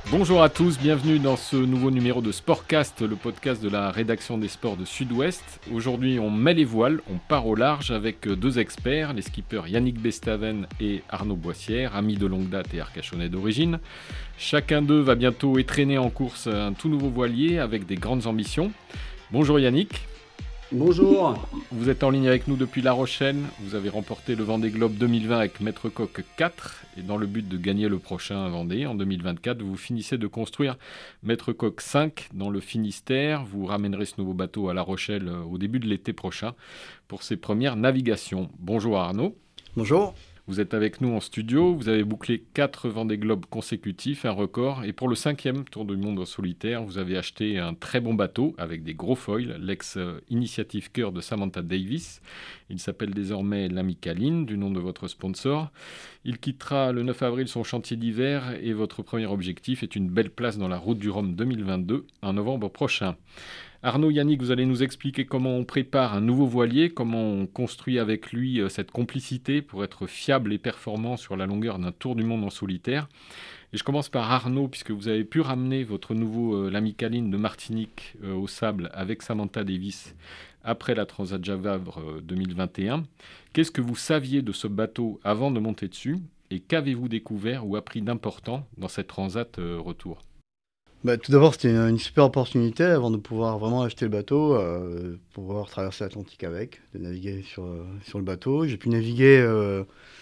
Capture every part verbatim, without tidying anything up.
Bonjour à tous, bienvenue dans ce nouveau numéro de Sportcast, le podcast de la rédaction des sports de Sud-Ouest. Aujourd'hui, on met les voiles, on part au large avec deux experts, les skippers Yannick Bestaven et Arnaud Boissière, amis de longue date et arcachonnais d'origine. Chacun d'eux va bientôt étrenner en course un tout nouveau voilier avec des grandes ambitions. Bonjour Yannick. Bonjour. Vous êtes en ligne avec nous depuis La Rochelle. Vous avez remporté le Vendée Globe deux mille vingt avec Maître Coq quatre. Et dans le but de gagner le prochain Vendée en deux mille vingt-quatre, vous finissez de construire Maître Coq cinq dans le Finistère. Vous ramènerez ce nouveau bateau à La Rochelle au début de l'été prochain pour ses premières navigations. Bonjour Arnaud. Bonjour. Vous êtes avec nous en studio, vous avez bouclé quatre Vendée Globe consécutifs, un record. Et pour le cinquième Tour du Monde en solitaire, vous avez acheté un très bon bateau avec des gros foils, l'ex-initiative Cœur de Samantha Davis. Il s'appelle désormais l'Amicaline, du nom de votre sponsor. Il quittera le neuf avril son chantier d'hiver et votre premier objectif est une belle place dans la Route du Rhum deux mille vingt-deux en novembre prochain. Arnaud, Yannick, vous allez nous expliquer comment on prépare un nouveau voilier, comment on construit avec lui cette complicité pour être fiable et performant sur la longueur d'un tour du monde en solitaire. Et je commence par Arnaud, puisque vous avez pu ramener votre nouveau euh, l'Amicaline de Martinique euh, au sable avec Samantha Davis après la Transat Javavre euh, deux mille vingt et un. Qu'est-ce que vous saviez de ce bateau avant de monter dessus et qu'avez-vous découvert ou appris d'important dans cette Transat euh, retour ? Bah, tout d'abord, c'était une, une super opportunité avant de pouvoir vraiment acheter le bateau, euh, pour pouvoir traverser l'Atlantique avec, de naviguer sur, euh, sur le bateau. J'ai pu naviguer euh,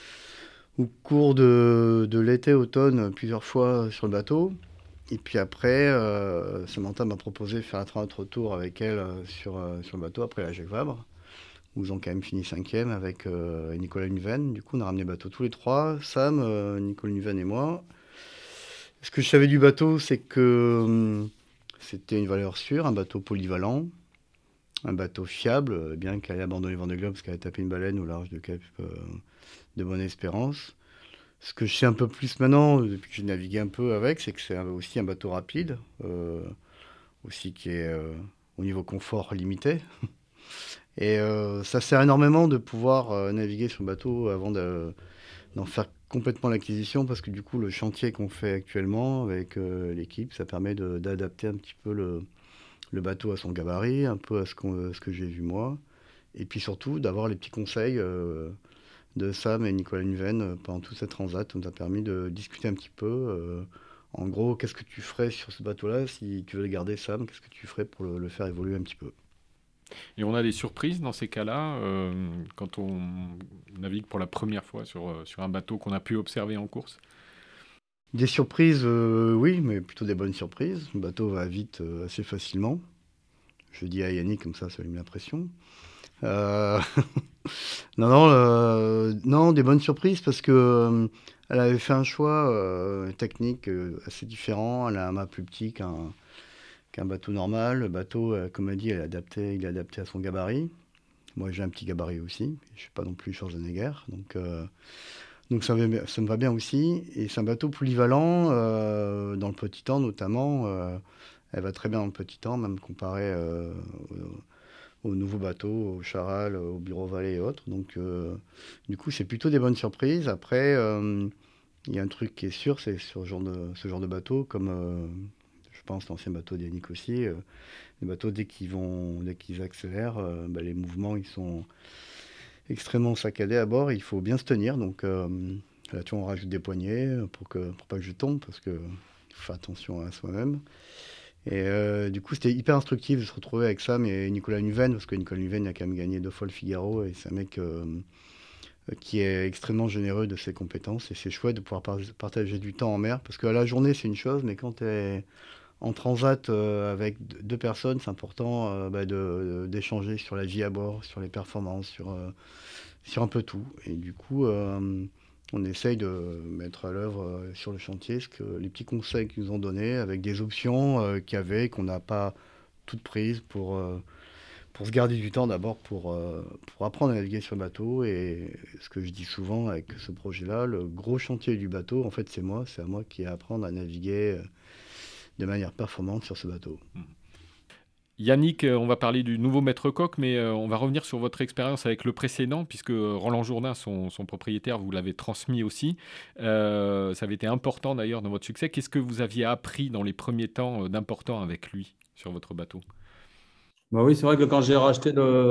au cours de, de l'été-automne plusieurs fois sur le bateau. Et puis après, euh, Samantha m'a proposé de faire un train de retour avec elle euh, sur, euh, sur le bateau après la Jacques Vabre, où ils ont quand même fini cinquième avec euh, Nicolas Hunven. Du coup, on a ramené le bateau tous les trois, Sam, euh, Nicolas Hunven et moi. Ce que je savais du bateau, c'est que hum, c'était une valeur sûre, un bateau polyvalent, un bateau fiable, bien qu'elle ait abandonné Vendée Globe parce qu'elle a tapé une baleine au large de Cap euh, de Bonne-Espérance. Ce que je sais un peu plus maintenant, depuis que j'ai navigué un peu avec, c'est que c'est aussi un bateau rapide, euh, aussi qui est euh, au niveau confort limité. Et euh, ça sert énormément de pouvoir euh, naviguer sur le bateau avant de, d'en faire complètement l'acquisition, parce que du coup, le chantier qu'on fait actuellement avec euh, l'équipe, ça permet de, d'adapter un petit peu le, le bateau à son gabarit, un peu à ce, qu'on, ce que j'ai vu moi, et puis surtout d'avoir les petits conseils euh, de Sam et Nicolas Hunven euh, pendant toute cette transat. Ça nous a permis de discuter un petit peu. Euh, en gros, qu'est-ce que tu ferais sur ce bateau-là si tu veux le garder, Sam? Qu'est-ce que tu ferais pour le, le faire évoluer un petit peu? Et on a des surprises dans ces cas-là, euh, quand on navigue pour la première fois sur, euh, sur un bateau qu'on a pu observer en course. Des surprises, euh, oui, mais plutôt des bonnes surprises. Le bateau va vite euh, assez facilement. Je dis à Yannick, comme ça, ça lui met la pression. Euh, non, non, euh, non, des bonnes surprises parce que euh, elle avait fait un choix euh, technique euh, assez différent. Elle a un mât plus petit qu'un qu'un bateau normal. Le bateau, euh, comme elle dit, elle est adapté, il est adapté à son gabarit. Moi, j'ai un petit gabarit aussi. Je suis pas non plus Schwarzenegger, donc euh, donc ça, va- ça me va bien aussi. Et c'est un bateau polyvalent euh, dans le petit temps notamment. Euh, elle va très bien dans le petit temps, même comparé euh, aux nouveaux bateaux, au Charal, au Bureau Vallée et autres. Donc, euh, du coup, c'est plutôt des bonnes surprises. Après, euh, il y a un truc qui est sûr, c'est sur ce genre de, ce genre de bateau, comme euh, je pense l'ancien bateau d'Yannick aussi, euh, les bateaux, dès qu'ils vont, dès qu'ils accélèrent, euh, bah, les mouvements, ils sont extrêmement saccadés à bord. Il faut bien se tenir. Donc, euh, là, tu vois, on rajoute des poignées pour que, pour pas que je tombe, parce que il faut faire attention à soi-même. Et euh, du coup, c'était hyper instructif de se retrouver avec Sam et Nicolas Nuven, parce que Nicolas Nuven a quand même gagné deux fois le Figaro, et c'est un mec euh, qui est extrêmement généreux de ses compétences, et c'est chouette de pouvoir par- partager du temps en mer, parce qu'à la journée, c'est une chose, mais quand tu es en transat euh, avec d- deux personnes, c'est important euh, bah, de, de- d'échanger sur la vie à bord, sur les performances, sur, euh, sur un peu tout. Et du coup, euh, on essaye de mettre à l'œuvre euh, sur le chantier ce que, les petits conseils qu'ils nous ont donnés, avec des options euh, qu'il y avait, qu'on n'a pas toutes prises pour, euh, pour se garder du temps d'abord pour, euh, pour apprendre à naviguer sur le bateau. Et ce que je dis souvent avec ce projet-là, le gros chantier du bateau, en fait, c'est moi. C'est à moi qui ai à apprendre à naviguer euh, de manière performante sur ce bateau. Yannick, euh, on va parler du nouveau maître coq, mais euh, on va revenir sur votre expérience avec le précédent, puisque euh, Roland Jourdain, son, son propriétaire, vous l'avez transmis aussi. Euh, ça avait été important d'ailleurs dans votre succès. Qu'est-ce que vous aviez appris dans les premiers temps euh, d'important avec lui sur votre bateau? Bah oui, c'est vrai que quand j'ai racheté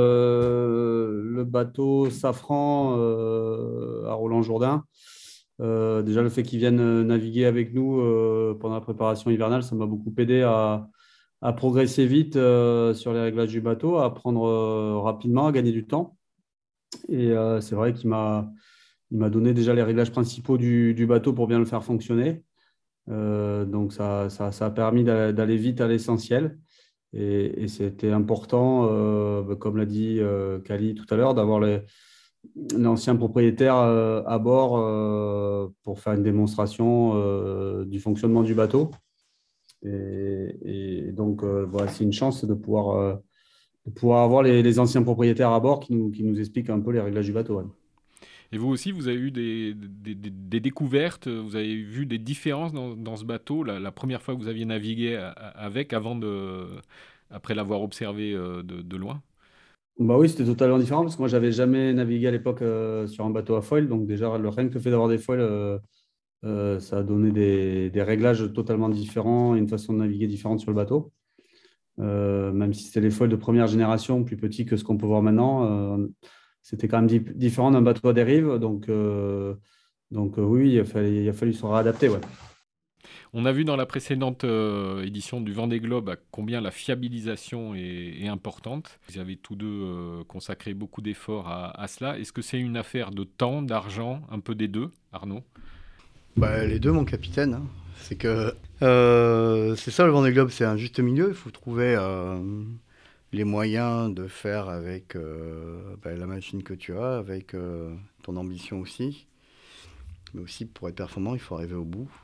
le, le bateau Safran euh, à Roland-Jourdain, euh, déjà le fait qu'il vienne naviguer avec nous euh, pendant la préparation hivernale, ça m'a beaucoup aidé à, à progresser vite euh, sur les réglages du bateau, à apprendre euh, rapidement, à gagner du temps. Et euh, c'est vrai qu'il m'a, il m'a donné déjà les réglages principaux du, du bateau pour bien le faire fonctionner. Euh, donc ça, ça, ça a permis d'a- d'aller vite à l'essentiel. Et, et c'était important, euh, bah, comme l'a dit euh, Kali tout à l'heure, d'avoir les- l'ancien propriétaire euh, à bord euh, pour faire une démonstration euh, du fonctionnement du bateau. Et, et donc, euh, voilà, c'est une chance de pouvoir, euh, de pouvoir avoir les, les anciens propriétaires à bord qui nous, qui nous expliquent un peu les réglages du bateau. Ouais. Et vous aussi, vous avez eu des, des- des- des découvertes, vous avez vu des différences dans, dans ce bateau, la, la première fois que vous aviez navigué a- a- avec, avant de, après l'avoir observé euh, de, de loin? Bah oui, c'était totalement différent parce que moi, j'avais jamais navigué à l'époque euh, sur un bateau à foil. Donc, déjà, le rien que le fait d'avoir des foils, euh, Euh, ça a donné des, des réglages totalement différents et une façon de naviguer différente sur le bateau. Euh, même si c'était les foils de première génération, plus petits que ce qu'on peut voir maintenant, euh, c'était quand même di- différent d'un bateau à dérive. Donc, euh, donc euh, oui, il a fallu, il a fallu se réadapter. Ouais. On a vu dans la précédente euh, édition du Vendée Globe à combien la fiabilisation est, est importante. Vous avez tous deux euh, consacré beaucoup d'efforts à, à cela. Est-ce que c'est une affaire de temps, d'argent, un peu des deux, Arnaud? Bah, les deux, mon capitaine, hein. C'est que euh, c'est ça le Vendée Globe, c'est un juste milieu. Il faut trouver euh, les moyens de faire avec euh, bah, la machine que tu as, avec euh, ton ambition aussi. Mais aussi, pour être performant, il faut arriver au bout.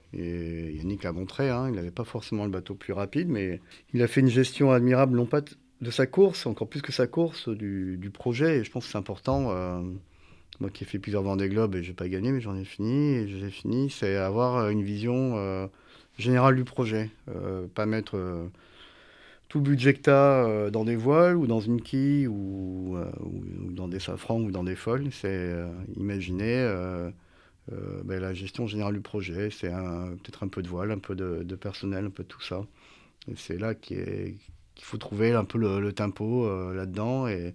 Et Yannick l'a montré, hein, il n'avait pas forcément le bateau plus rapide, mais il a fait une gestion admirable, non pas de de sa course, encore plus que sa course, du, du projet. Et je pense que c'est important. euh, moi qui ai fait plusieurs Vendée Globe et je n'ai pas gagné, mais j'en ai fini. Et j'ai fini, c'est avoir euh, une vision euh, générale du projet. Euh, pas mettre euh, tout le budget que tu as dans des voiles ou dans une quille ou, euh, ou- ou dans des safrans ou dans des folles. C'est euh, imaginer euh, euh, ben, la gestion générale du projet. C'est un- peut-être un peu de voile, un peu de, de personnel, un peu de tout ça. Et c'est là qu'il est- qu'il faut trouver un peu le, le tempo euh, là-dedans. Et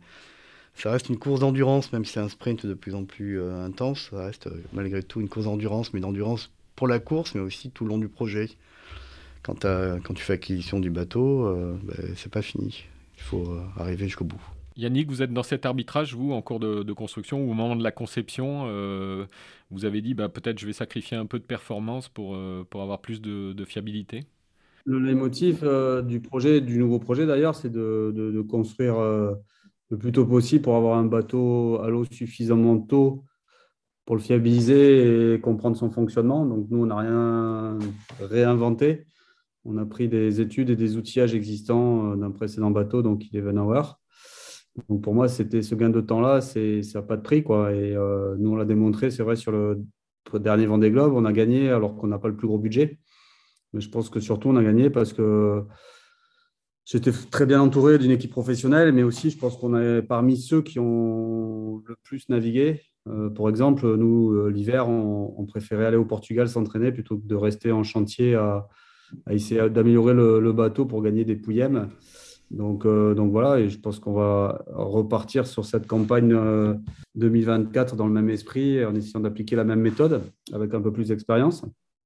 ça reste une course d'endurance, même si c'est un sprint de plus en plus euh, intense. Ça reste euh, malgré tout une course d'endurance, mais d'endurance pour la course, mais aussi tout le long du projet. Quand, t'as- quand tu fais acquisition du bateau, euh, ben, c'est pas fini. Il faut euh, arriver jusqu'au bout. Yannick, vous êtes dans cet arbitrage, vous, en cours de, de construction, ou au moment de la conception, euh, vous avez dit bah, peut-être je vais sacrifier un peu de performance pour, euh, pour avoir plus de, de fiabilité? Le leitmotiv euh, du projet, du nouveau projet d'ailleurs, c'est de, de- de construire euh, le plus tôt possible pour avoir un bateau à l'eau suffisamment tôt pour le fiabiliser et comprendre son fonctionnement. Donc nous, on n'a rien réinventé. On a pris des études et des outillages existants euh, d'un précédent bateau, donc Eleven Hour. Donc pour moi, c'était ce gain de temps-là, c'est, ça n'a pas de prix, quoi. Et euh, nous, on l'a démontré, c'est vrai, sur le dernier Vendée Globe, on a gagné alors qu'on n'a pas le plus gros budget. Mais je pense que surtout, on a gagné parce que j'étais très bien entouré d'une équipe professionnelle, mais aussi, je pense qu'on est parmi ceux qui ont le plus navigué. Euh, pour exemple, nous, euh, l'hiver, on, on préférait aller au Portugal s'entraîner plutôt que de rester en chantier à, à essayer d'améliorer le, le bateau pour gagner des pouillèmes. Donc, euh, donc voilà, et je pense qu'on va repartir sur cette campagne euh, deux mille vingt-quatre dans le même esprit, en essayant d'appliquer la même méthode avec un peu plus d'expérience.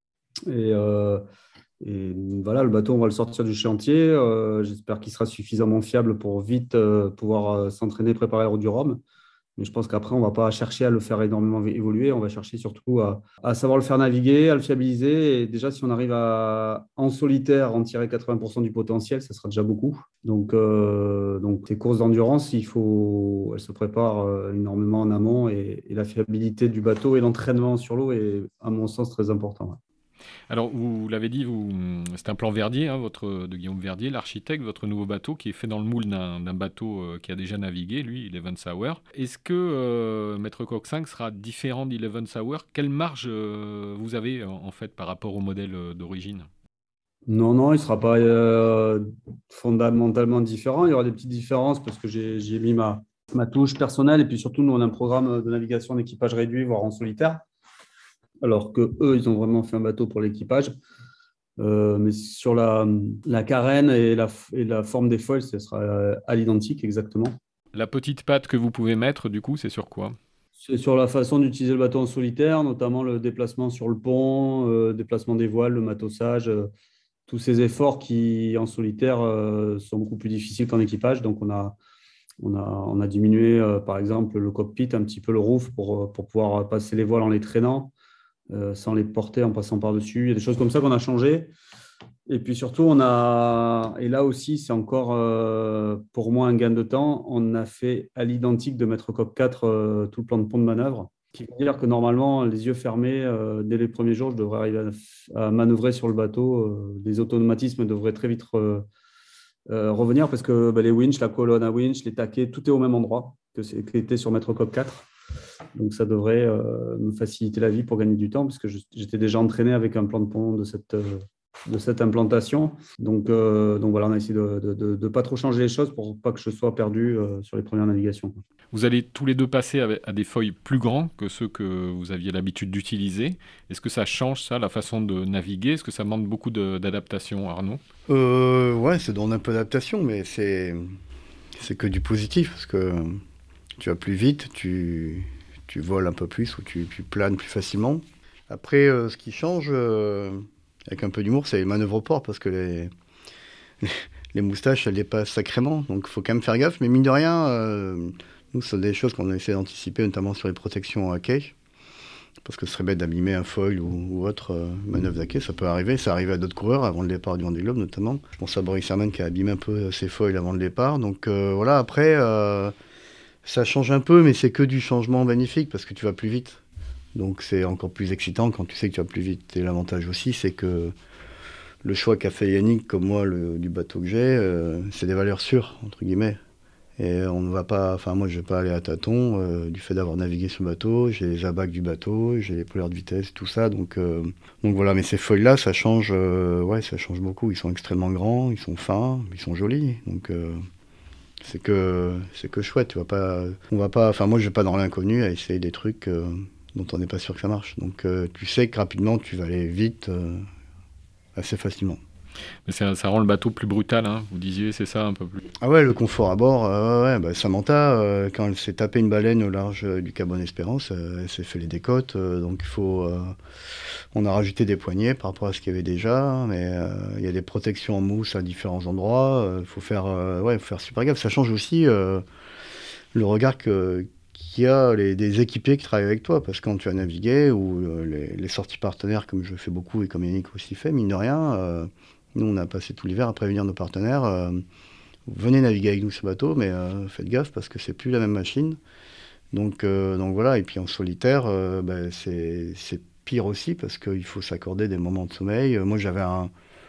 Et, euh, et voilà, le bateau, on va le sortir du chantier. Euh, j'espère qu'il sera suffisamment fiable pour vite euh, pouvoir euh, s'entraîner, préparer la route du Rhum. Mais je pense qu'après, on ne va pas chercher à le faire énormément évoluer. On va chercher surtout à, à savoir le faire naviguer, à le fiabiliser. Et déjà, si on arrive à, en solitaire, en tirer quatre-vingts pour cent du potentiel, ça sera déjà beaucoup. Donc, euh, donc les courses d'endurance, il faut, elles se préparent euh, énormément en amont. Et, et la fiabilité du bateau et l'entraînement sur l'eau est, à mon sens, très important. Ouais. Alors, vous l'avez dit, vous, c'est un plan Verdier, hein, votre, de Guillaume Verdier, l'architecte, votre nouveau bateau, qui est fait dans le moule d'un d'un bateau euh, qui a déjà navigué, lui, Eleven Hour. Est-ce que euh, Maître Coq cinq sera différent d'Eleven Hour? Quelle marge euh, vous avez, en, en fait, par rapport au modèle euh, d'origine? Non, non, il ne sera pas euh, fondamentalement différent. Il y aura des petites différences parce que j'ai j'ai mis ma, ma touche personnelle. Et puis surtout, nous, on a un programme de navigation en équipage réduit, voire en solitaire. Alors que eux, ils ont vraiment fait un bateau pour l'équipage. Euh, mais sur la, la carène et la, et la forme des foils, ce sera euh, à l'identique exactement. La petite patte que vous pouvez mettre, du coup, c'est sur quoi? C'est sur la façon d'utiliser le bateau en solitaire, notamment le déplacement sur le pont, euh, déplacement des voiles, le matossage, euh, tous ces efforts qui, en solitaire, euh, sont beaucoup plus difficiles qu'en équipage. Donc, on a, on a, on a diminué, euh, par exemple, le cockpit, un petit peu le roof pour, pour pouvoir passer les voiles en les traînant, euh, sans les porter en passant par-dessus. Il y a des choses comme ça qu'on a changé. Et puis surtout, on a, et là aussi, c'est encore euh, pour moi un gain de temps, on a fait à l'identique de mettre COP quatre euh, tout le plan de pont de manœuvre, ce qui veut dire que normalement, les yeux fermés, euh, dès les premiers jours, je devrais arriver à, à manœuvrer sur le bateau. Euh, les automatismes devraient très vite euh, euh, revenir parce que bah, les winches, la colonne à winch, les taquets, tout est au même endroit que c'était sur Maître COP quatre. Donc ça devrait euh, me faciliter la vie pour gagner du temps parce que je- j'étais déjà entraîné avec un plan de pont de cette, euh, de cette implantation. Donc, euh, donc voilà, on a essayé de ne pas trop changer les choses pour pas que je sois perdu euh, sur les premières navigations. Vous allez tous les deux passer avec- à des feuilles plus grands que ceux que vous aviez l'habitude d'utiliser. Est-ce que ça change, ça, la façon de naviguer? Est-ce que ça demande beaucoup de- d'adaptation, Arnaud? Euh, ouais, ça demande un peu d'adaptation, mais c'est c'est que du positif, parce que tu vas plus vite, tu, tu voles un peu plus, ou tu, tu planes plus facilement. Après, euh, ce qui change, euh, avec un peu d'humour, c'est les manœuvres au port, parce que les, les moustaches, elles dépassent sacrément, donc il faut quand même faire gaffe. Mais mine de rien, euh, nous, c'est des choses qu'on essaie d'anticiper, notamment sur les protections à quai, parce que ce serait bête d'abîmer un foil ou, ou autre euh, manœuvre d'à quai, ça peut arriver. Ça arrive à d'autres coureurs avant le départ du Vendée Globe, notamment. Je pense à Boris Herman qui a abîmé un peu ses foils avant le départ. Donc euh, voilà, après, euh, ça change un peu, mais c'est que du changement bénéfique, parce que tu vas plus vite. Donc c'est encore plus excitant quand tu sais que tu vas plus vite. Et l'avantage aussi, c'est que le choix qu'a fait Yannick, comme moi, le, du bateau que j'ai, euh, c'est des valeurs sûres, entre guillemets. Et on ne va pas, enfin moi je vais pas aller à tâtons, euh, du fait d'avoir navigué sur le bateau, j'ai les abacs du bateau, j'ai les polars de vitesse, tout ça, donc, euh, donc voilà, mais ces feuilles-là, ça change, euh, ouais, ça change beaucoup, ils sont extrêmement grands, ils sont fins, ils sont jolis, donc euh, c'est que, c'est que chouette, tu vas pas, on va pas, enfin moi je vais pas dans l'inconnu à essayer des trucs euh, dont on n'est pas sûr que ça marche, donc euh, tu sais que rapidement tu vas aller vite, euh, assez facilement. Mais ça, ça rend le bateau plus brutal, hein. Vous disiez, c'est ça, un peu plus. Ah ouais, le confort à bord, euh, ouais, ouais, bah, Samantha, euh, quand elle s'est tapé une baleine au large euh, du Cap Bonne-Espérance, euh, elle s'est fait les décotes, euh, donc il faut, euh, on a rajouté des poignées par rapport à ce qu'il y avait déjà, mais euh, il y a des protections en mousse à différents endroits, il faut faire, euh, ouais, faut faire super gaffe. Ça change aussi euh, le regard que qu'il y a les, des équipiers qui travaillent avec toi, parce que quand tu as navigué, ou euh, les, les sorties partenaires, comme je fais beaucoup et comme Yannick aussi fait, mine de rien, euh, nous on a passé tout l'hiver à prévenir nos partenaires. Euh, venez naviguer avec nous sur bateau, mais euh, faites gaffe parce que c'est plus la même machine. Donc, euh, donc voilà, et puis en solitaire, euh, bah, c'est c'est pire aussi parce qu'il faut s'accorder des moments de sommeil. Euh, moi j'avais un,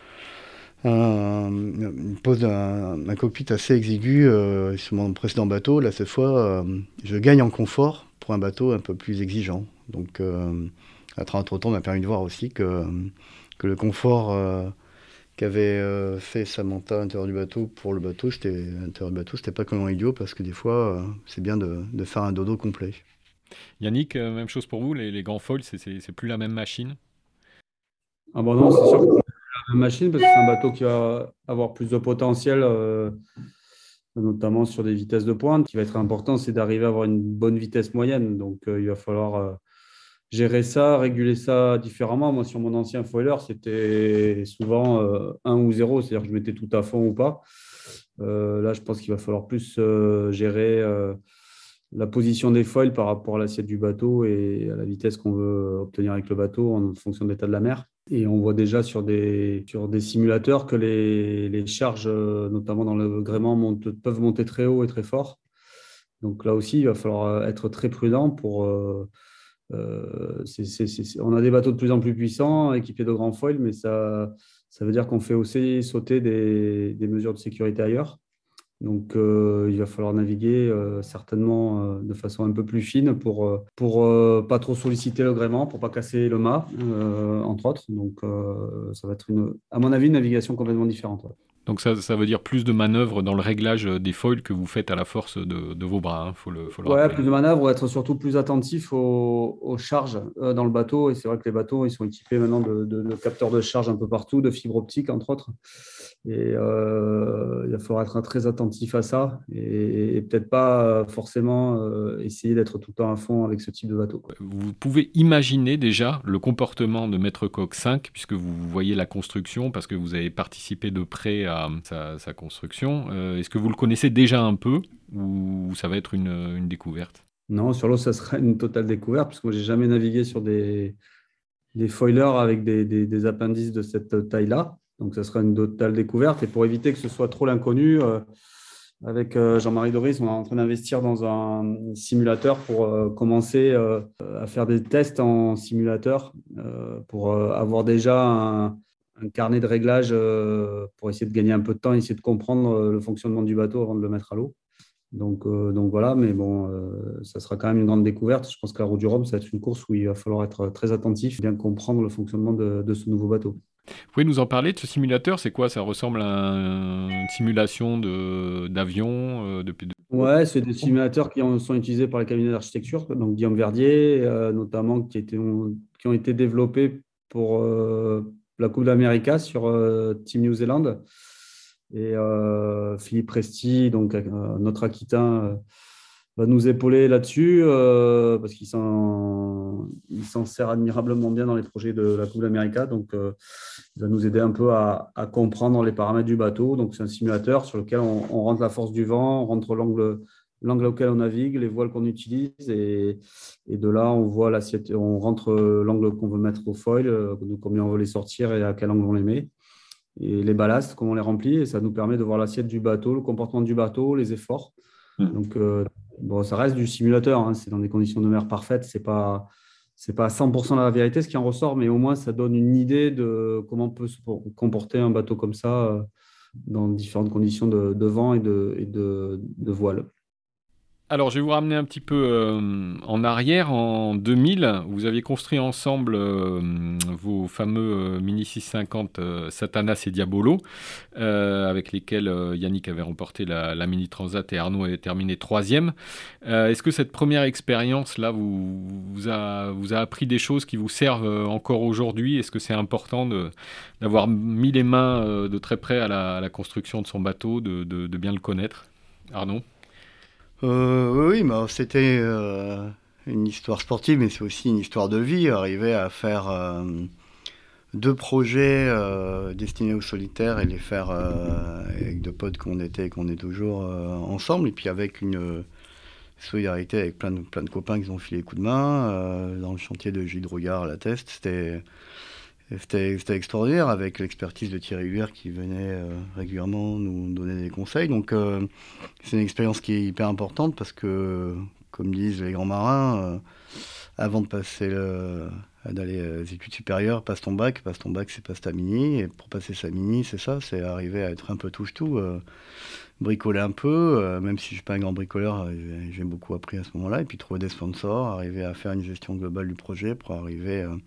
un- une pose d'un un cockpit assez exigu euh, sur mon précédent bateau. Là, cette fois, euh, je gagne en confort pour un bateau un peu plus exigeant. Donc, euh, à trente autant m'a permis de voir aussi que, que le confort euh, qu'avait euh, fait Samantha à l'intérieur du bateau pour le bateau, c'était à l'intérieur du bateau, c'était pas comme un idiot parce que des fois, euh, c'est bien de, de faire un dodo complet. Yannick, euh, même chose pour vous, les, les grands foils, c'est c'est- c'est plus la même machine. Ah bon, non, c'est sûr que c'est la même machine parce que c'est un bateau qui va avoir plus de potentiel, euh, notamment sur des vitesses de pointe. Ce qui va être important, c'est d'arriver à avoir une bonne vitesse moyenne. Donc, euh, il va falloir euh, gérer ça, réguler ça différemment. Moi, sur mon ancien foiler, c'était souvent euh, un ou zéro, c'est-à-dire que je mettais tout à fond ou pas. Euh, là, je pense qu'il va falloir plus euh, gérer euh, la position des foils par rapport à l'assiette du bateau et à la vitesse qu'on veut obtenir avec le bateau en fonction de l'état de la mer. Et on voit déjà sur des, sur des simulateurs que les, les charges, euh, notamment dans le gréement, montent- peuvent monter très haut et très fort. Donc là aussi, il va falloir être très prudent pour... euh, euh, c'est- c'est- c'est- on a des bateaux de plus en plus puissants, équipés de grands foils, mais ça, ça veut dire qu'on fait aussi sauter des, des mesures de sécurité ailleurs. Donc, euh, il va falloir naviguer euh, certainement euh, de façon un peu plus fine pour euh, pour euh, pas trop solliciter le gréement, pour pas casser le mât, euh, entre autres. Donc, euh, ça va être une, à mon avis, une navigation complètement différente. Ouais. Donc ça, ça veut dire plus de manœuvres dans le réglage des foils que vous faites à la force de, de vos bras, il faut le, faut le Ouais, rappeler. plus de manœuvres, être surtout plus attentif aux, aux charges euh, dans le bateau. Et c'est vrai que les bateaux, ils sont équipés maintenant de, de- de capteurs de charge un peu partout, de fibres optiques, entre autres. Et euh, il va falloir être très attentif à ça et, et peut-être pas euh, forcément euh, essayer d'être tout le temps à fond avec ce type de bateau, quoi. Vous pouvez imaginer déjà le comportement de Maître Coq cinq, puisque vous voyez la construction, parce que vous avez participé de près à sa, sa construction. Euh, Est-ce que vous le connaissez déjà un peu, ou ça va être une, une découverte? Non, sur l'eau, ça sera une totale découverte, parce que moi, j'ai jamais navigué sur des, des foilers avec des, des- des appendices de cette taille-là. Donc, ça sera une totale découverte. Et pour éviter que ce soit trop l'inconnu, euh, avec euh, Jean-Marie Doris, on est en train d'investir dans un simulateur pour euh, commencer euh, à faire des tests en simulateur euh, pour euh, avoir déjà un, un carnet de réglage euh, pour essayer de gagner un peu de temps, essayer de comprendre euh, le fonctionnement du bateau avant de le mettre à l'eau. Donc, euh, donc voilà, mais bon, euh, ça sera quand même une grande découverte. Je pense que la Route du Rhum, ça va être une course où il va falloir être très attentif, bien comprendre le fonctionnement de, de ce nouveau bateau. Vous pouvez nous en parler de ce simulateur? C'est quoi? Ça ressemble à un- une simulation de, d'avion, euh, de, de- Ouais, c'est des simulateurs qui ont- sont utilisés par les cabinets d'architecture, donc Guillaume Verdier, euh, notamment, qui, étaient, qui ont été développés pour euh, la Coupe d'Amérique sur euh, Team New Zealand. Et euh, Philippe Presti, donc euh, notre Aquitain, euh, va nous épauler là-dessus euh, parce qu'il s'en, il s'en sert admirablement bien dans les projets de la Coupe d'Amérique. Donc, euh, il va nous aider un peu à, à comprendre les paramètres du bateau. Donc, c'est un simulateur sur lequel on, on rentre la force du vent, on rentre l'angle, l'angle auquel on navigue, les voiles qu'on utilise. Et, et de là, on voit l'assiette, on rentre l'angle qu'on veut mettre au foil, euh, de combien on veut les sortir et à quel angle on les met. Et les ballasts, comment on les remplit. Et ça nous permet de voir l'assiette du bateau, le comportement du bateau, les efforts. Hmm. Donc, euh, bon, ça reste du simulateur, hein, c'est dans des conditions de mer parfaites, c'est pas, c'est pas cent pour cent la vérité ce qui en ressort, mais au moins ça donne une idée de comment peut se comporter un bateau comme ça euh, dans différentes conditions de, de vent et de, et de, de voile. Alors, je vais vous ramener un petit peu euh, en arrière. En deux mille, vous aviez construit ensemble euh, vos fameux euh, Mini six cent cinquante euh, Satanas et Diabolo, euh, avec lesquels euh, Yannick avait remporté la, la Mini Transat et Arnaud avait terminé troisième. Euh, Est-ce que cette première expérience-là vous, vous a, vous a appris des choses qui vous servent euh, encore aujourd'hui? Est-ce que c'est important de- d'avoir mis les mains euh, de très près à la, à la construction de son bateau, de, de- de bien le connaître? Arnaud? Euh, oui, oui, bah, c'était euh, une histoire sportive, mais c'est aussi une histoire de vie. Arriver à faire euh, deux projets euh, destinés aux solitaires et les faire euh, avec deux potes qu'on était et qu'on est toujours euh, ensemble, et puis avec une euh, solidarité avec plein de, plein de copains qui ont filé les coups de main euh, dans le chantier de Gilles Drouillard à la Teste. C'était C'était c'était extraordinaire avec l'expertise de Thierry Huer qui venait euh, régulièrement nous donner des conseils. Donc euh, c'est une expérience qui est hyper importante parce que, comme disent les grands marins, euh, avant de passer le, d'aller aux études supérieures, passe ton bac. Passe ton bac, c'est passe ta mini. Et pour passer sa mini, c'est ça, c'est arriver à être un peu touche-tout, euh, bricoler un peu, euh, même si je suis pas un grand bricoleur, j'ai j'ai beaucoup appris à ce moment-là. Et puis trouver des sponsors, arriver à faire une gestion globale du projet pour arriver euh,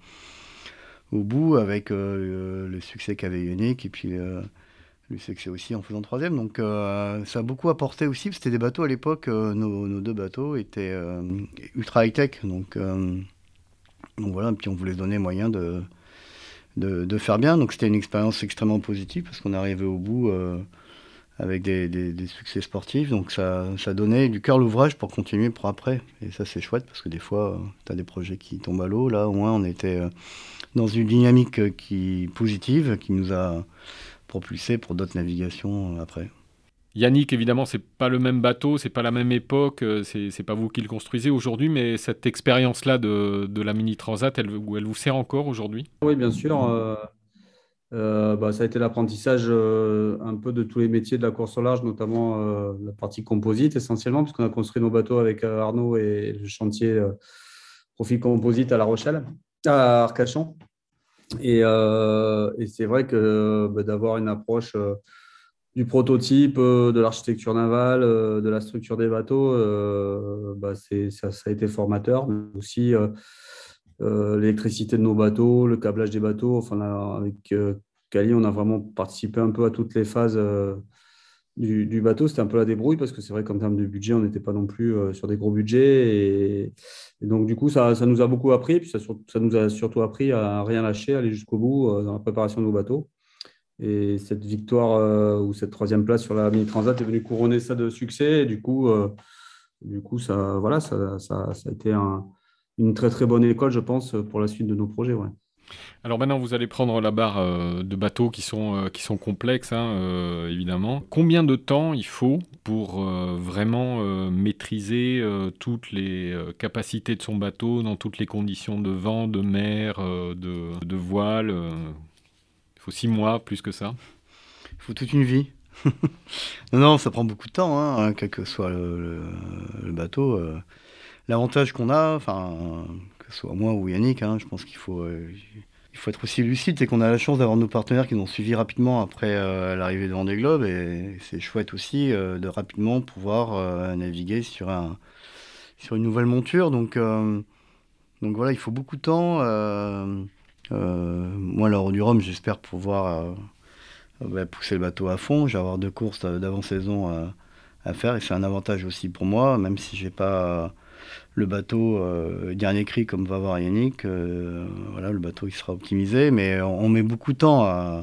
au bout avec euh, le, le succès qu'avait Yannick et puis euh, le succès aussi en faisant troisième. Donc euh, ça a beaucoup apporté aussi, parce que c'était des bateaux à l'époque, euh, nos, nos deux bateaux étaient euh, ultra high-tech. Donc, euh, donc voilà, puis on voulait se donner moyen de, de, de faire bien. Donc c'était une expérience extrêmement positive parce qu'on est arrivé au bout euh, avec des, des, des succès sportifs. Donc ça, ça donnait du cœur à l'ouvrage pour continuer pour après. Et ça c'est chouette parce que des fois, euh, tu as des projets qui tombent à l'eau. Là au moins on était... Euh, dans une dynamique qui positive qui nous a propulsé pour d'autres navigations après. Yannick, évidemment, c'est pas le même bateau, c'est pas la même époque, euh, c'est c'est pas vous qui le construisez aujourd'hui, mais cette expérience-là de, de la Mini Transat, elle, elle vous sert encore aujourd'hui? Oui, bien sûr. euh, euh, bah, ça a été l'apprentissage euh, un peu de tous les métiers de la course au large, notamment euh, la partie composite essentiellement, puisqu'on a construit nos bateaux avec euh, Arnaud et le chantier euh, Profil Composite à La Rochelle, à Arcachon. Et, euh, et c'est vrai que bah, d'avoir une approche euh, du prototype, euh, de l'architecture navale, euh, de la structure des bateaux, euh, bah, c'est, ça, ça a été formateur, mais aussi euh, euh, l'électricité de nos bateaux, le câblage des bateaux. Enfin, là, avec euh, Cali, on a vraiment participé un peu à toutes les phases euh, du, du bateau. C'était un peu la débrouille parce que c'est vrai qu'en termes de budget, on n'était pas non plus euh, sur des gros budgets. Et, et donc, du coup, ça, ça nous a beaucoup appris. Puis ça, sur- ça nous a surtout appris à rien lâcher, à aller jusqu'au bout euh, dans la préparation de nos bateaux. Et cette victoire euh, ou cette troisième place sur la Mini Transat est venue couronner ça de succès. Et du coup, euh, du coup ça, voilà, ça, ça, ça a été un- une très très bonne école, je pense, pour la suite de nos projets. Ouais. Alors maintenant, vous allez prendre la barre euh, de bateaux qui sont, euh, qui sont complexes, hein, euh, évidemment. Combien de temps il faut pour euh, vraiment euh, maîtriser euh, toutes les euh, capacités de son bateau dans toutes les conditions de vent, de mer, euh, de, de voile euh, Il faut six mois, plus que ça. Il faut toute une vie. Non, non, ça prend beaucoup de temps, hein, quel que soit le, le- le bateau. euh. L'avantage qu'on a, enfin, que ce soit moi ou Yannick, hein, je pense qu'il faut, euh, il faut être aussi lucide, c'est qu'on a la chance d'avoir nos partenaires qui nous ont suivis rapidement après euh, l'arrivée de Vendée Globe, et c'est chouette aussi euh, de rapidement pouvoir euh, naviguer sur un, sur une nouvelle monture. Donc, euh, donc voilà, il faut beaucoup de temps. euh, euh, moi, l'Euro du Rhum, j'espère pouvoir euh, bah, pousser le bateau à fond. Je vais avoir deux courses d'avant-saison euh, à faire, et c'est un avantage aussi pour moi, même si j'ai pas le bateau euh, dernier cri comme va voir Yannick. Euh, voilà, le bateau il sera optimisé, mais on, on met beaucoup de temps à,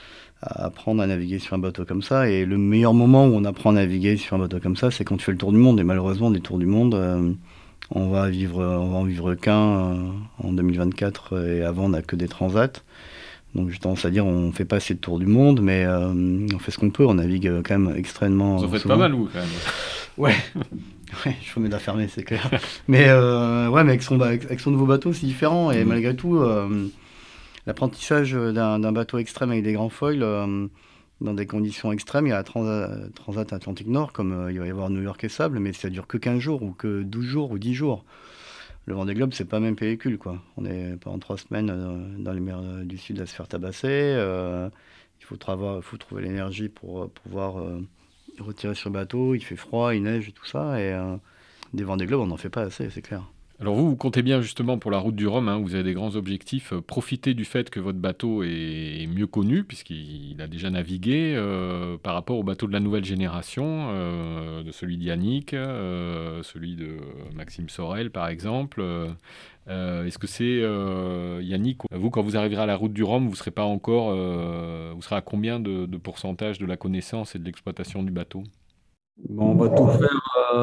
à apprendre à naviguer sur un bateau comme ça. Et le meilleur moment où on apprend à naviguer sur un bateau comme ça, c'est quand tu fais le tour du monde. Et malheureusement, des tours du monde, euh, on va vivre, on va en vivre qu'un euh, en deux mille vingt-quatre, et avant on n'a que des transats. Donc j'ai tendance à dire on fait pas assez de tours du monde, mais euh, on fait ce qu'on peut. On navigue euh, quand même Vous extrêmement en euh, faites pas souvent. mal, vous, quand même. Ouais, ouais, je remets la fermer, c'est clair. Mais euh, ouais, mais avec son, ba- avec son nouveau bateau, c'est différent. Et Mhm. malgré tout, euh, l'apprentissage d'un d'un bateau extrême avec des grands foils, euh, dans des conditions extrêmes, il y a la Transat, Transat Atlantique Nord, comme euh, il va y avoir New York et Sable, mais ça dure que quinze jours, ou que douze jours, ou dix jours. Le Vendée Globe, c'est pas la même pellicule, quoi. On est pendant trois semaines euh, dans les mers euh, du Sud à se faire tabasser. euh, il faut, trava- faut trouver l'énergie pour euh, pouvoir euh, retirer sur le bateau. Il fait froid, il neige et tout ça. Et euh, des Vendée Globe, on n'en fait pas assez, c'est clair. Alors vous, vous comptez bien justement pour la route du Rhum, hein, vous avez des grands objectifs. Euh, profitez du fait que votre bateau est mieux connu, puisqu'il a déjà navigué euh, par rapport au bateau de la nouvelle génération, euh, de celui d'Yannick, euh, celui de Maxime Sorel par exemple. Euh, euh, Est-ce que c'est euh, Yannick, vous quand vous arriverez à la route du Rhum, vous serez pas encore, euh, vous serez à combien de, de pourcentage de la connaissance et de l'exploitation du bateau? Bon, on va tout faire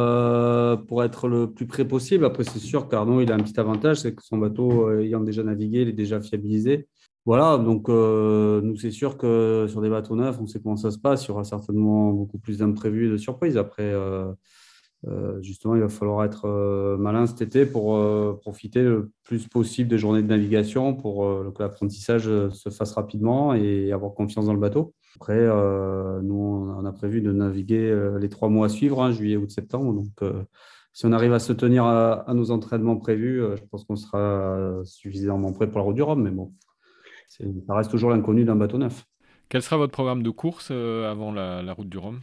euh, pour être le plus près possible. Après, c'est sûr qu'Arnaud, il a un petit avantage, c'est que son bateau, euh, ayant déjà navigué, il est déjà fiabilisé. Voilà, donc euh, nous, c'est sûr que sur des bateaux neufs, on sait comment ça se passe. Il y aura certainement beaucoup plus d'imprévus et de surprises. Après, euh, euh, justement, il va falloir être euh, malin cet été pour euh, profiter le plus possible des journées de navigation pour euh, que l'apprentissage euh, se fasse rapidement et avoir confiance dans le bateau. Après, euh, nous, on a prévu de naviguer euh, les trois mois à suivre, hein, juillet, août, septembre. Donc, euh, si on arrive à se tenir à, à nos entraînements prévus, euh, je pense qu'on sera euh, suffisamment prêt pour la route du Rhum. Mais bon, c'est- ça reste toujours l'inconnu d'un bateau neuf. Quel sera votre programme de course euh, avant la, la route du Rhum?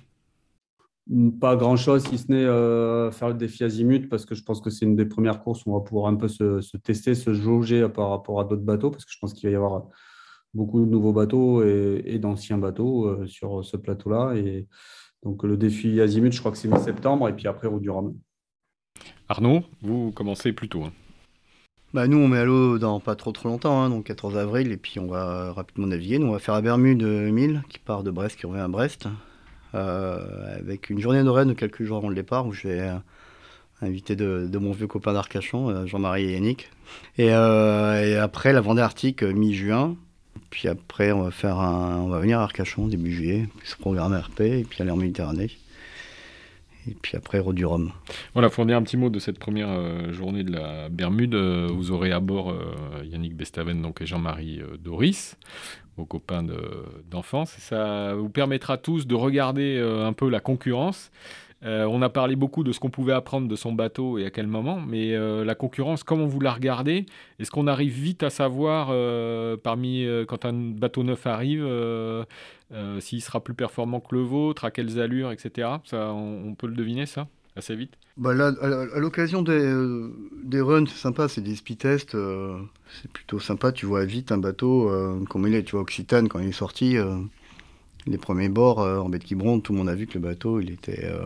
Pas grand-chose, si ce n'est euh, faire le défi Azimut, parce que je pense que c'est une des premières courses où on va pouvoir un peu se, se tester, se jauger par rapport à d'autres bateaux, parce que je pense qu'il va y avoir beaucoup de nouveaux bateaux et, et d'anciens bateaux euh, sur ce plateau-là. Et donc le défi Azimut, je crois que c'est mi-septembre, et puis après Route du Rhum. Arnaud, vous commencez plus tôt, hein. Bah, nous, on met à l'eau dans pas trop trop longtemps, hein, donc quatorze avril, et puis on va rapidement naviguer. Nous, on va faire la Bermude mille, qui part de Brest, qui revient à Brest, euh, avec une journée de Rennes quelques jours avant le départ, où je vais euh, inviter de, de mon vieux copain d'Arcachon, euh, Jean-Marie et Yannick. Et, euh, et après, la Vendée Arctique, euh, mi-juin. Puis après, on va faire un, on va venir à Arcachon début juillet, puis se programmer R P, et puis aller en Méditerranée. Et puis après, Route du Rhum. Voilà, pour dire un petit mot de cette première euh, journée de la Bermude, euh, vous aurez à bord euh, Yannick Bestaven donc, et Jean-Marie euh, Doris, vos copains de- d'enfance. Et ça vous permettra tous de regarder euh, un peu la concurrence Euh, on a parlé beaucoup de ce qu'on pouvait apprendre de son bateau et à quel moment, mais euh, la concurrence, comment vous la regardez? Est-ce qu'on arrive vite à savoir, euh, parmi euh, quand un bateau neuf arrive, euh, euh, s'il sera plus performant que le vôtre, à quelles allures, et cetera. Ça, on, on peut le deviner, ça, assez vite? Bah là, à, à l'occasion des, euh, des runs, c'est sympa, c'est des speed tests, euh, c'est plutôt sympa. Tu vois vite un bateau euh, comme il est. Tu vois Occitane, quand il est sorti, euh, les premiers bords euh, en baie de Quiberon, tout le monde a vu que le bateau, il était, euh,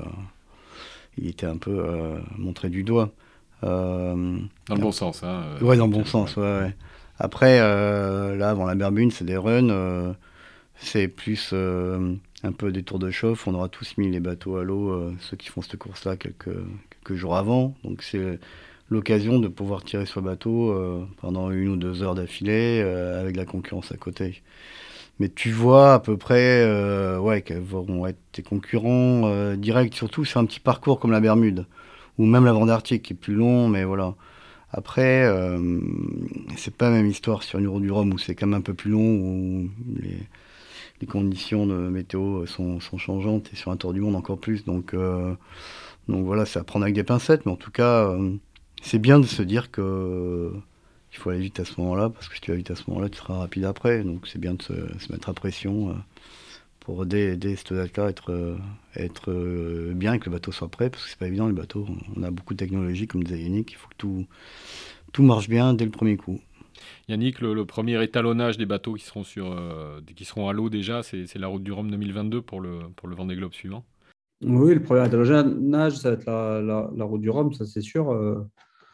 il était un peu euh, montré du doigt. Euh, Dans le bon sens, hein. euh, ouais, dans le bon Michel, sens, ouais. ouais, ouais. Après, euh, là, avant la Berbune, c'est des runs, euh, c'est plus euh, un peu des tours de chauffe. On aura tous mis les bateaux à l'eau, euh, ceux qui font cette course-là, quelques, quelques jours avant. Donc, c'est l'occasion de pouvoir tirer sur le bateau euh, pendant une ou deux heures d'affilée, euh, avec la concurrence à côté. Mais tu vois à peu près euh, ouais, quels vont être tes concurrents euh, directs, surtout sur un petit parcours comme la Bermude, ou même la Vendée Arctique, qui est plus long, mais voilà. Après, euh, c'est pas la même histoire sur une Euro du Rhum, où c'est quand même un peu plus long, où les, les conditions de météo sont, sont changeantes, et sur un Tour du Monde encore plus. Donc, euh, donc voilà, c'est à prendre avec des pincettes, mais en tout cas, euh, c'est bien de se dire que il faut aller vite à ce moment-là, parce que si tu vas vite à ce moment-là, tu seras rapide après. Donc c'est bien de se, se mettre à pression euh, pour dès, dès cette date-là être, euh, être euh, bien et que le bateau soit prêt, parce que c'est pas évident, les bateaux. On a beaucoup de technologie, comme disait Yannick, il faut que tout, tout marche bien dès le premier coup. Yannick, le, le premier étalonnage des bateaux qui seront, sur, euh, qui seront à l'eau déjà, c'est, c'est la route du Rhum deux mille vingt-deux pour le, pour le Vendée Globe suivant. Oui, le premier étalonnage, ça va être la, la, la route du Rhum, ça c'est sûr. Euh,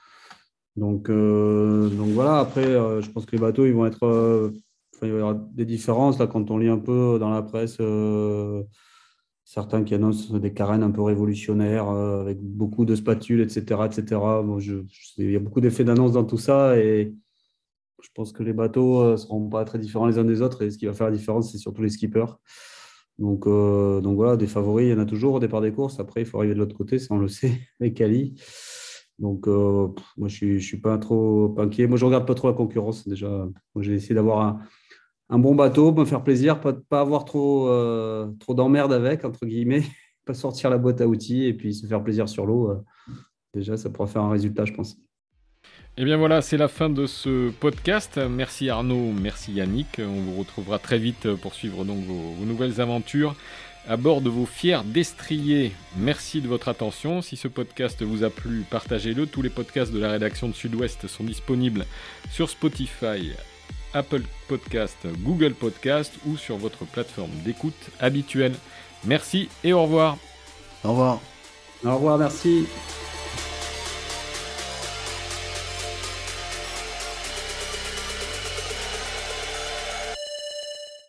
Donc, euh, donc voilà, après, euh, je pense que les bateaux, ils vont être. Euh, enfin, il va y avoir des différences là, quand on lit un peu dans la presse, euh, certains qui annoncent des carènes un peu révolutionnaires, euh, avec beaucoup de spatules, et cetera et cetera. Bon, je, je- il y a beaucoup d'effets d'annonce dans tout ça et je pense que les bateaux ne seront pas très différents les uns des autres et ce qui va faire la différence, c'est surtout les skippers. Donc, euh, donc voilà, des favoris, il y en a toujours au départ des courses. Après, il faut arriver de l'autre côté, ça on le sait, avec Cali. Donc, euh, pff, moi, je ne suis, je suis pas trop pas inquiet. Moi, je ne regarde pas trop la concurrence. Déjà, moi, j'ai essayé d'avoir un, un bon bateau, me faire plaisir, pas, pas avoir trop, euh, trop d'emmerde avec, entre guillemets, pas sortir la boîte à outils et puis se faire plaisir sur l'eau. Euh, déjà, ça pourra faire un résultat, je pense. Et bien voilà, c'est la fin de ce podcast. Merci Arnaud, merci Yannick. On vous retrouvera très vite pour suivre donc vos, vos nouvelles aventures à bord de vos fiers destriers. Merci de votre attention. Si ce podcast vous a plu, partagez-le. Tous les podcasts de la rédaction de Sud-Ouest sont disponibles sur Spotify, Apple Podcast, Google Podcast ou sur votre plateforme d'écoute habituelle. Merci et au revoir. Au revoir. Au revoir, merci.